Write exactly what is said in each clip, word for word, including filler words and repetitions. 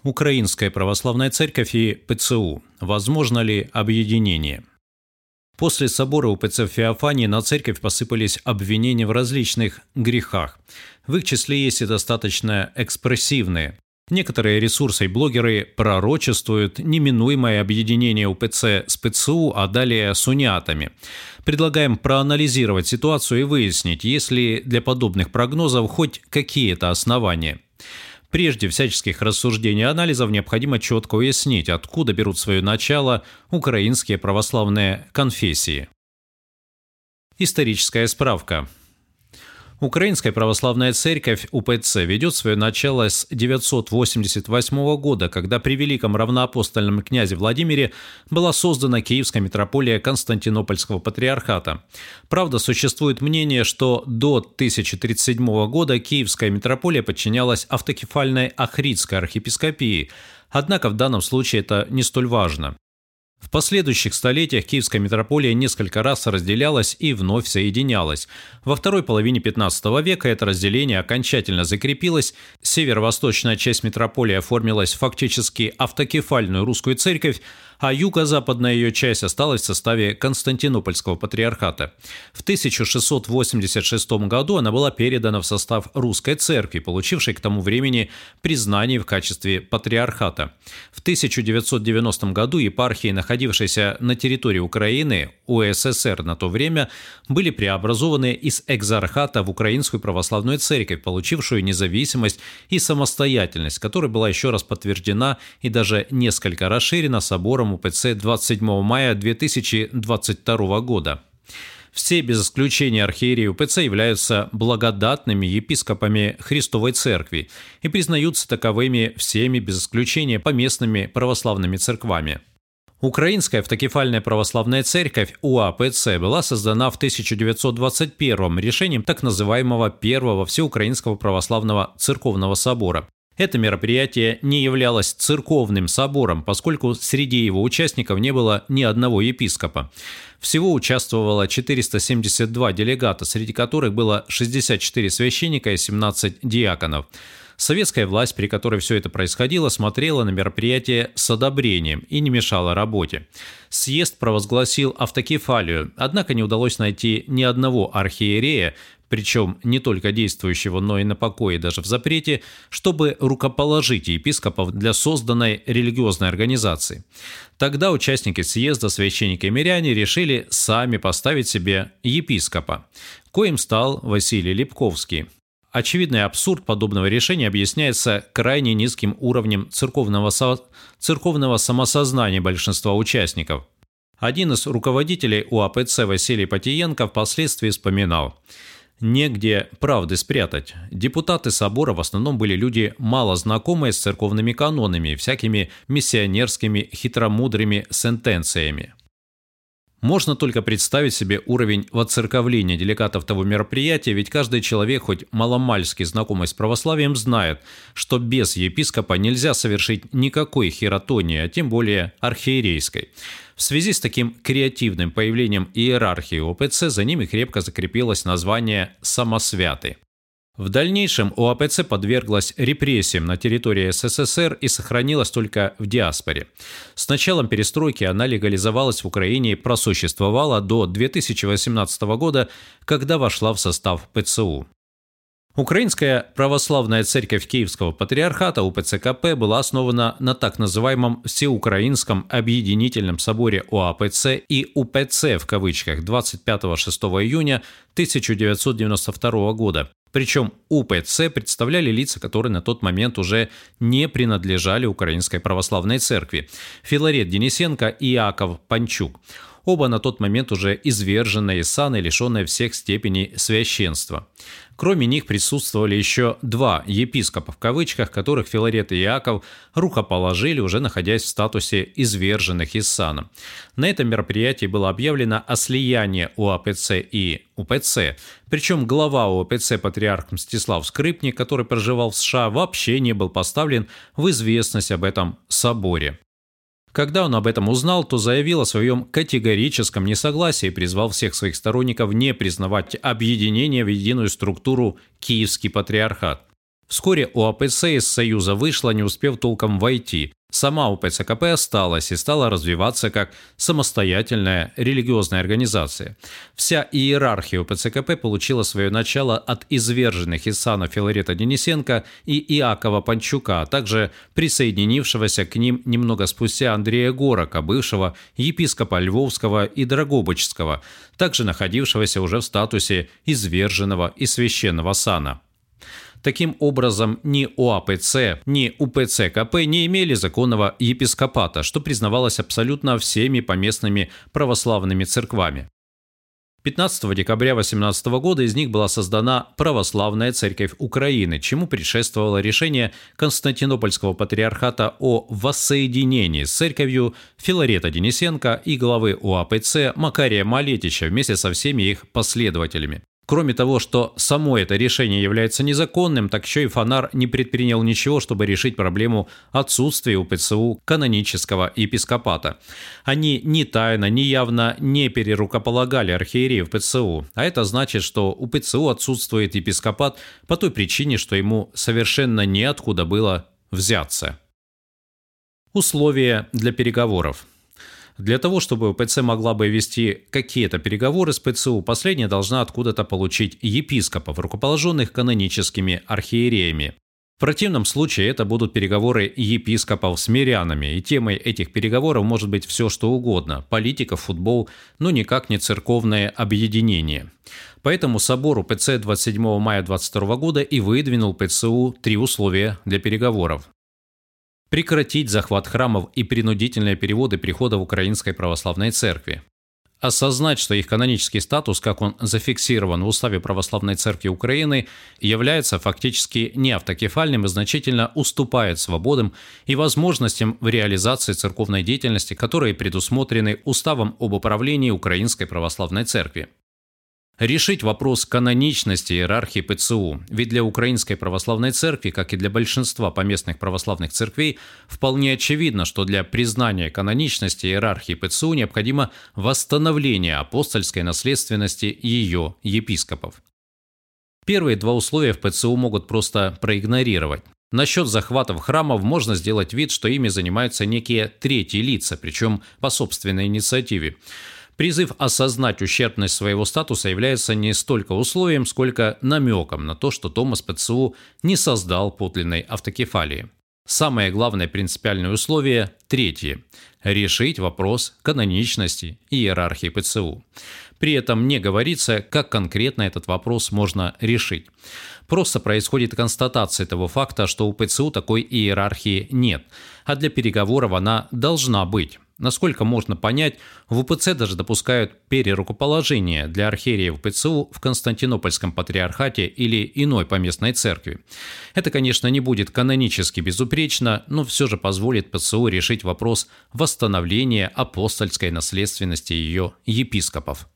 Украинская православная церковь и ПЦУ. Возможно ли объединение? После собора УПЦ в Феофании на церковь посыпались обвинения в различных грехах. В их числе есть и достаточно экспрессивные. Некоторые ресурсы и блогеры пророчествуют неминуемое объединение УПЦ с ПЦУ, а далее с униатами. Предлагаем проанализировать ситуацию и выяснить, есть ли для подобных прогнозов хоть какие-то основания. Прежде всяческих рассуждений и анализов необходимо четко уяснить, откуда берут свое начало украинские православные конфессии. Историческая справка. Украинская православная церковь УПЦ ведет свое начало с девятьсот восемьдесят восьмого года, когда при великом равноапостольном князе Владимире была создана Киевская митрополия Константинопольского патриархата. Правда, существует мнение, что до тысяча тридцать седьмого года Киевская митрополия подчинялась автокефальной Ахридской архиепископии, однако в данном случае это не столь важно. В последующих столетиях Киевская митрополия несколько раз разделялась и вновь соединялась. Во второй половине пятнадцатого века это разделение окончательно закрепилось, северо-восточная часть митрополии оформилась в фактически автокефальную русскую церковь, а юго-западная ее часть осталась в составе Константинопольского патриархата. В тысяча шестьсот восемьдесят шестом году она была передана в состав русской церкви, получившей к тому времени признание в качестве патриархата. В тысяча девятьсот девяностом году епархии, находившиеся на территории Украины, УССР на то время, были преобразованы из экзархата в Украинскую православную церковь, получившую независимость и самостоятельность, которая была еще раз подтверждена и даже несколько расширена собором УПЦ двадцать седьмого мая две тысячи двадцать второго года. Все без исключения архиереи УПЦ являются благодатными епископами Христовой Церкви и признаются таковыми всеми без исключения поместными православными церквами. Украинская автокефальная православная церковь УАПЦ была создана в тысяча девятьсот двадцать первом решением так называемого Первого Всеукраинского православного церковного собора. Это мероприятие не являлось церковным собором, поскольку среди его участников не было ни одного епископа. Всего участвовало четыреста семьдесят два делегата, среди которых было шестьдесят четыре священника и семнадцать диаконов. Советская власть, при которой все это происходило, смотрела на мероприятие с одобрением и не мешала работе. Съезд провозгласил автокефалию, однако не удалось найти ни одного архиерея, причем не только действующего, но и на покое даже в запрете, чтобы рукоположить епископов для созданной религиозной организации. Тогда участники съезда, священники и миряне, решили сами поставить себе епископа, коим стал Василий Липковский. Очевидный абсурд подобного решения объясняется крайне низким уровнем церковного, со... церковного самосознания большинства участников. Один из руководителей УАПЦ Василий Потиенко впоследствии вспоминал: «Негде правды спрятать. Депутаты собора в основном были люди, мало знакомые с церковными канонами и всякими миссионерскими хитромудрыми сентенциями». Можно только представить себе уровень воцерковления делегатов того мероприятия, ведь каждый человек, хоть маломальски знакомый с православием, знает, что без епископа нельзя совершить никакой хиротонии, а тем более архиерейской. В связи с таким креативным появлением иерархии ОПЦ за ними крепко закрепилось название «самосвяты». В дальнейшем УАПЦ подверглась репрессиям на территории СССР и сохранилась только в диаспоре. С началом перестройки она легализовалась в Украине и просуществовала до две тысячи восемнадцатого года, когда вошла в состав ПЦУ. Украинская православная церковь Киевского патриархата УПЦКП была основана на так называемом Всеукраинском объединительном соборе УАПЦ и УПЦ в кавычках двадцать пятого — шестого июня тысяча девятьсот девяносто второго года. Причем УПЦ представляли лица, которые на тот момент уже не принадлежали Украинской православной церкви: Филарет Денисенко и Иаков Панчук. Оба на тот момент уже изверженные из сана и лишенные всех степеней священства. Кроме них присутствовали еще два епископа в кавычках, которых Филарет и Иаков рукоположили, уже находясь в статусе изверженных из сана. На этом мероприятии было объявлено о слиянии УАПЦ и УПЦ. Причем глава УАПЦ патриарх Мстислав Скрипник, который проживал в США, вообще не был поставлен в известность об этом соборе. Когда он об этом узнал, то заявил о своем категорическом несогласии и призвал всех своих сторонников не признавать объединение в единую структуру Киевский патриархат. Вскоре ОАПЦ из Союза вышла, не успев толком войти. Сама УПЦКП осталась и стала развиваться как самостоятельная религиозная организация. Вся иерархия УПЦКП получила свое начало от изверженных из сана Филарета Денисенко и Иакова Панчука, а также присоединившегося к ним немного спустя Андрея Горока, бывшего епископа Львовского и Драгобычского, также находившегося уже в статусе изверженного и священного сана. Таким образом, ни ОАПЦ, ни УПЦКП не имели законного епископата, что признавалось абсолютно всеми поместными православными церквами. пятнадцатого декабря тысяча девятьсот восемнадцатого года из них была создана Православная Церковь Украины, чему предшествовало решение Константинопольского патриархата о воссоединении с церковью Филарета Денисенко и главы ОАПЦ Макария Малетича вместе со всеми их последователями. Кроме того, что само это решение является незаконным, так еще и Фонар не предпринял ничего, чтобы решить проблему отсутствия у ПЦУ канонического епископата. Они ни тайно, ни явно не перерукополагали архиереев ПЦУ, а это значит, что у ПЦУ отсутствует епископат по той причине, что ему совершенно неоткуда было взяться. Условия для переговоров. Для того, чтобы УПЦ могла бы вести какие-то переговоры с ПЦУ, последняя должна откуда-то получить епископов, рукоположенных каноническими архиереями. В противном случае это будут переговоры епископов с мирянами, и темой этих переговоров может быть все что угодно – политика, футбол, но никак не церковное объединение. Поэтому собор УПЦ двадцать седьмого мая двадцать второго года и выдвинул ПЦУ три условия для переговоров. Прекратить захват храмов и принудительные переводы прихода в Украинской Православной Церкви. Осознать, что их канонический статус, как он зафиксирован в Уставе Православной Церкви Украины, является фактически неавтокефальным и значительно уступает свободам и возможностям в реализации церковной деятельности, которые предусмотрены Уставом об управлении Украинской Православной Церкви. Решить вопрос каноничности иерархии ПЦУ, ведь для Украинской Православной Церкви, как и для большинства поместных православных церквей, вполне очевидно, что для признания каноничности иерархии ПЦУ необходимо восстановление апостольской наследственности ее епископов. Первые два условия в ПЦУ могут просто проигнорировать. Насчет захватов храмов можно сделать вид, что ими занимаются некие третьи лица, причем по собственной инициативе. Призыв осознать ущербность своего статуса является не столько условием, сколько намеком на то, что Томас ПЦУ не создал подлинной автокефалии. Самое главное принципиальное условие – третье – решить вопрос каноничности и иерархии ПЦУ. При этом не говорится, как конкретно этот вопрос можно решить. Просто происходит констатация того факта, что у ПЦУ такой иерархии нет, а для переговоров она должна быть. Насколько можно понять, в УПЦ даже допускают перерукоположение для архиереев ПЦУ в Константинопольском патриархате или иной поместной церкви. Это, конечно, не будет канонически безупречно, но все же позволит ПЦУ решить вопрос восстановления апостольской наследственности ее епископов.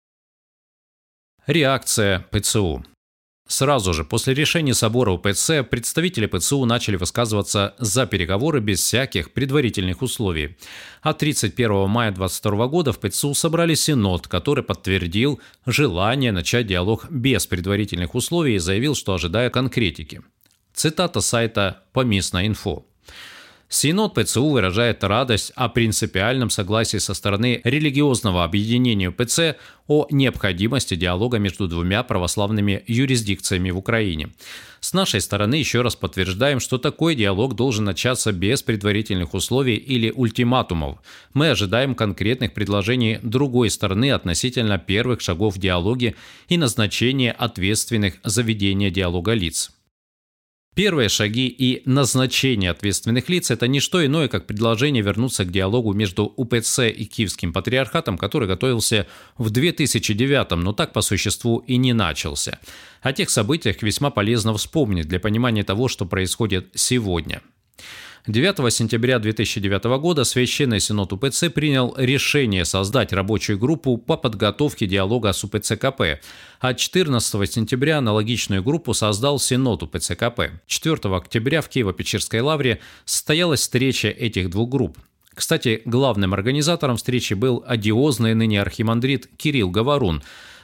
Реакция ПЦУ. Сразу же после решения собора УПЦ представители ПЦУ начали высказываться за переговоры без всяких предварительных условий. А тридцать первого мая двадцать второго года в ПЦУ собрали синод, который подтвердил желание начать диалог без предварительных условий и заявил, что ожидает конкретики. Цитата сайта Поместная.инфо. Синод ПЦУ выражает радость о принципиальном согласии со стороны религиозного объединения УПЦ о необходимости диалога между двумя православными юрисдикциями в Украине. С нашей стороны еще раз подтверждаем, что такой диалог должен начаться без предварительных условий или ультиматумов. Мы ожидаем конкретных предложений другой стороны относительно первых шагов в диалоге и назначения ответственных за ведение диалога лиц. Первые шаги и назначение ответственных лиц – это не что иное, как предложение вернуться к диалогу между УПЦ и Киевским патриархатом, который готовился в две тысячи девятом, но так по существу и не начался. О тех событиях весьма полезно вспомнить для понимания того, что происходит сегодня. девятого сентября две тысячи девятого года Священный Синод УПЦ принял решение создать рабочую группу по подготовке диалога с УПЦКП, а четырнадцатого сентября аналогичную группу создал Синод УПЦКП. четвёртого октября в Киево-Печерской лавре состоялась встреча этих двух групп. Кстати, главным организатором встречи был одиозный ныне архимандрит Кирилл Говорун.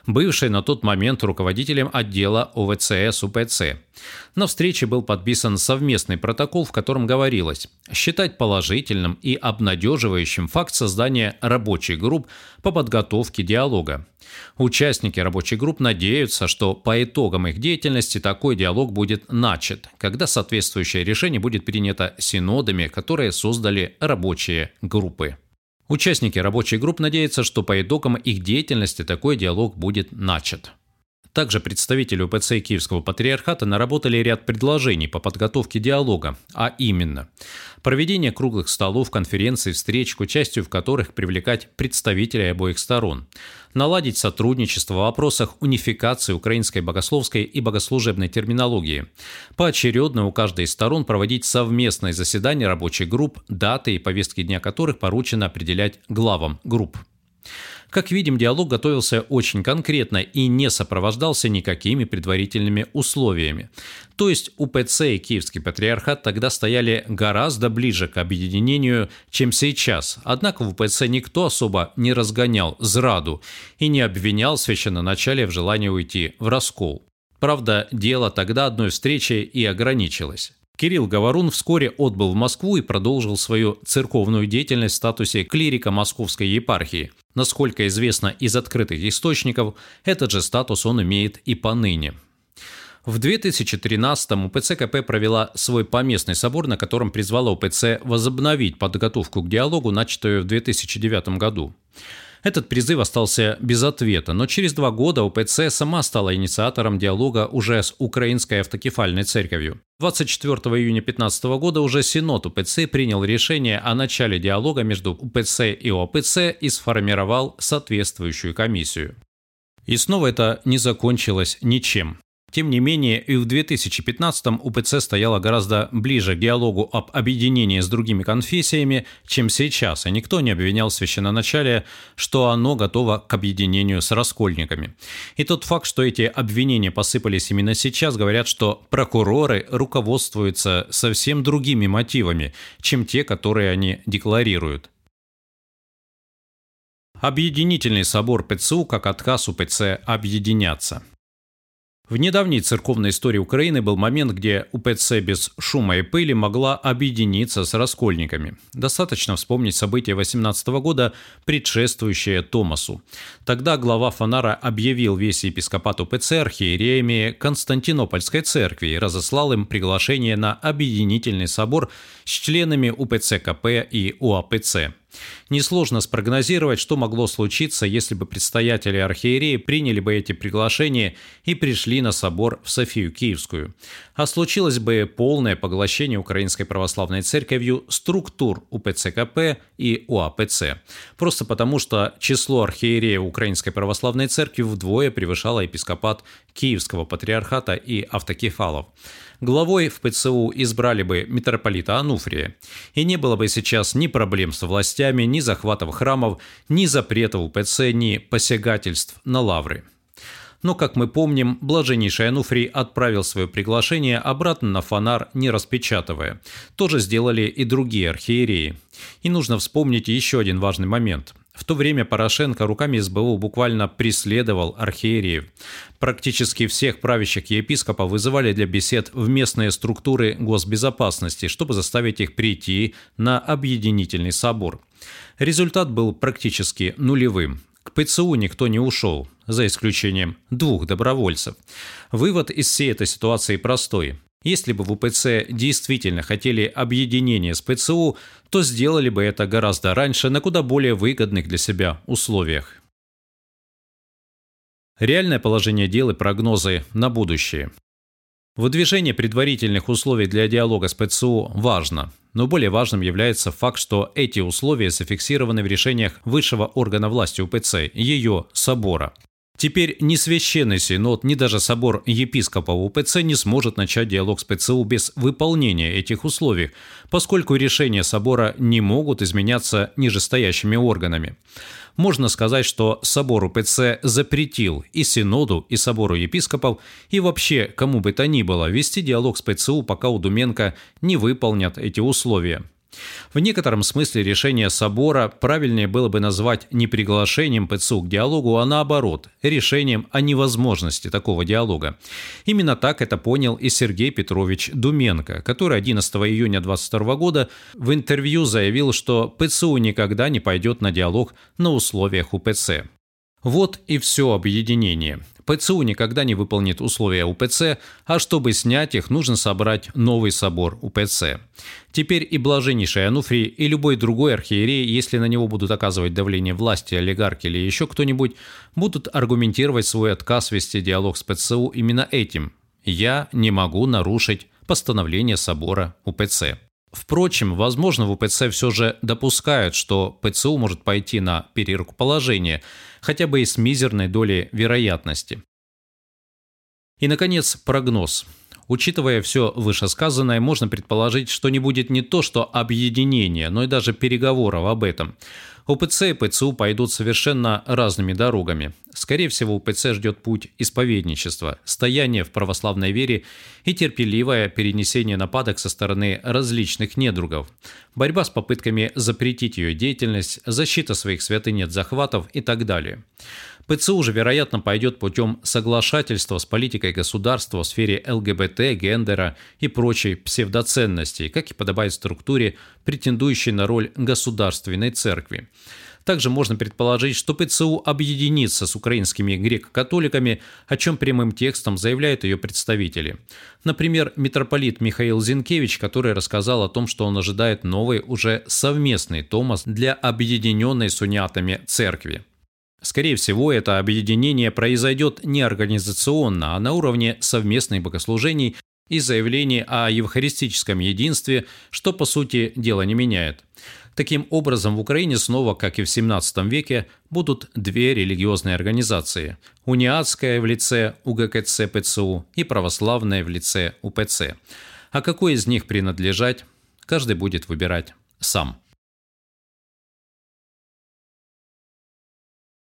бывший на тот момент руководителем отдела О В Ц С У П Ц. На встрече был подписан совместный протокол, в котором говорилось считать положительным и обнадеживающим факт создания рабочих групп по подготовке диалога. Участники рабочих групп надеются, что по итогам их деятельности такой диалог будет начат, когда соответствующее решение будет принято синодами, которые создали рабочие группы. Участники рабочих групп надеются, что по итогам их деятельности такой диалог будет начат. Также представители У П Ц и Киевского патриархата наработали ряд предложений по подготовке диалога, а именно проведение круглых столов, конференций, встреч, к участию в которых привлекать представителей обоих сторон, наладить сотрудничество в вопросах унификации украинской богословской и богослужебной терминологии, поочередно у каждой из сторон проводить совместные заседания рабочих групп, даты и повестки дня которых поручено определять главам групп. Как видим, диалог готовился очень конкретно и не сопровождался никакими предварительными условиями. То есть У П Ц и Киевский патриархат тогда стояли гораздо ближе к объединению, чем сейчас. Однако в У П Ц никто особо не разгонял зраду и не обвинял священноначалие в желании уйти в раскол. Правда, дело тогда одной встречи и ограничилось. Кирилл Говорун вскоре отбыл в Москву и продолжил свою церковную деятельность в статусе клирика Московской епархии. Насколько известно из открытых источников, этот же статус он имеет и поныне. В две тысячи тринадцатом У П Ц К П провела свой поместный собор, на котором призвала У П Ц возобновить подготовку к диалогу, начатую в две тысячи девятом году. Этот призыв остался без ответа, но через два года У П Ц сама стала инициатором диалога уже с Украинской автокефальной церковью. двадцать четвёртого июня две тысячи пятнадцатого года уже Синод У П Ц принял решение о начале диалога между У П Ц и О П Ц и сформировал соответствующую комиссию. И снова это не закончилось ничем. Тем не менее, и в две тысячи пятнадцатом У П Ц стояла гораздо ближе к диалогу об объединении с другими конфессиями, чем сейчас, и никто не обвинял священноначалие, что оно готово к объединению с раскольниками. И тот факт, что эти обвинения посыпались именно сейчас, говорят, что прокуроры руководствуются совсем другими мотивами, чем те, которые они декларируют. Объединительный собор П Ц У как отказ У П Ц объединяться. В недавней церковной истории Украины был момент, где У П Ц без шума и пыли могла объединиться с раскольниками. Достаточно вспомнить события восемнадцатого года, предшествующие Томасу. Тогда глава Фанара объявил весь епископат У П Ц архиереями Константинопольской церкви и разослал им приглашение на объединительный собор с членами У П Ц К П и О А П Ц. Несложно спрогнозировать, что могло случиться, если бы предстоятели архиереи приняли бы эти приглашения и пришли на собор в Софию Киевскую. А случилось бы полное поглощение Украинской православной церковью структур У П Ц К П и О А П Ц. Просто потому, что число архиереев Украинской православной церкви вдвое превышало епископат Киевского патриархата и автокефалов. Главой в П Ц У избрали бы митрополита Ануфрия, и не было бы сейчас ни проблем с властями, ни захватов храмов, ни запретов У П Ц, ни посягательств на лавры. Но, как мы помним, блаженнейший Ануфрий отправил свое приглашение обратно на Фанар, не распечатывая. То же сделали и другие архиереи. И нужно вспомнить еще один важный момент. В то время Порошенко руками С Б У буквально преследовал архиереев. Практически всех правящих епископов вызывали для бесед в местные структуры госбезопасности, чтобы заставить их прийти на объединительный собор. Результат был практически нулевым. К П Ц У никто не ушел, за исключением двух добровольцев. Вывод из всей этой ситуации простой. Если бы в У П Ц действительно хотели объединения с П Ц У, то сделали бы это гораздо раньше на куда более выгодных для себя условиях. Реальное положение дел и прогнозы на будущее. Выдвижение предварительных условий для диалога с П Ц У важно, но более важным является факт, что эти условия зафиксированы в решениях высшего органа власти У П Ц, ее собора. Теперь ни Священный Синод, ни даже собор епископов У П Ц не сможет начать диалог с П Ц У без выполнения этих условий, поскольку решения собора не могут изменяться нижестоящими органами. Можно сказать, что собор У П Ц запретил и Синоду, и собору епископов, и вообще кому бы то ни было вести диалог с П Ц У, пока у Думенко не выполнят эти условия. В некотором смысле решение собора правильнее было бы назвать не приглашением ПЦУ к диалогу, а наоборот, решением о невозможности такого диалога. Именно так это понял и Сергей Петрович Думенко, который одиннадцатого июня две тысячи двадцать второго года в интервью заявил, что ПЦУ никогда не пойдет на диалог на условиях УПЦ. Вот и все объединение. ПЦУ никогда не выполнит условия УПЦ, а чтобы снять их, нужно собрать новый собор УПЦ. Теперь и блаженнейший Ануфрий, и любой другой архиерей, если на него будут оказывать давление власти, олигархи или еще кто-нибудь, будут аргументировать свой отказ вести диалог с ПЦУ именно этим: «Я не могу нарушить постановление собора УПЦ». Впрочем, возможно, в УПЦ все же допускают, что ПЦУ может пойти на перерукоположение, хотя бы и с мизерной долей вероятности. И, наконец, прогноз. Учитывая все вышесказанное, можно предположить, что не будет не то что объединения, но и даже переговоров об этом. УПЦ и ПЦУ пойдут совершенно разными дорогами. Скорее всего, УПЦ ждет путь исповедничества, стояние в православной вере и терпеливое перенесение нападок со стороны различных недругов, борьба с попытками запретить ее деятельность, защита своих святынь от захватов и так далее. ПЦУ же, вероятно, пойдет путем соглашательства с политикой государства в сфере ЛГБТ, гендера и прочей псевдоценностей, как и подобает структуре, претендующей на роль государственной церкви. Также можно предположить, что ПЦУ объединится с украинскими греко-католиками, о чем прямым текстом заявляют ее представители. Например, митрополит Михаил Зинкевич, который рассказал о том, что он ожидает новый, уже совместный томос для объединенной с униатами церкви. Скорее всего, это объединение произойдет не организационно, а на уровне совместных богослужений и заявлений о евхаристическом единстве, что, по сути, дело не меняет. Таким образом, в Украине снова, как и в семнадцатом веке, будут две религиозные организации – униатская в лице УГКЦ-ПЦУ и православная в лице УПЦ. А какой из них принадлежать, каждый будет выбирать сам.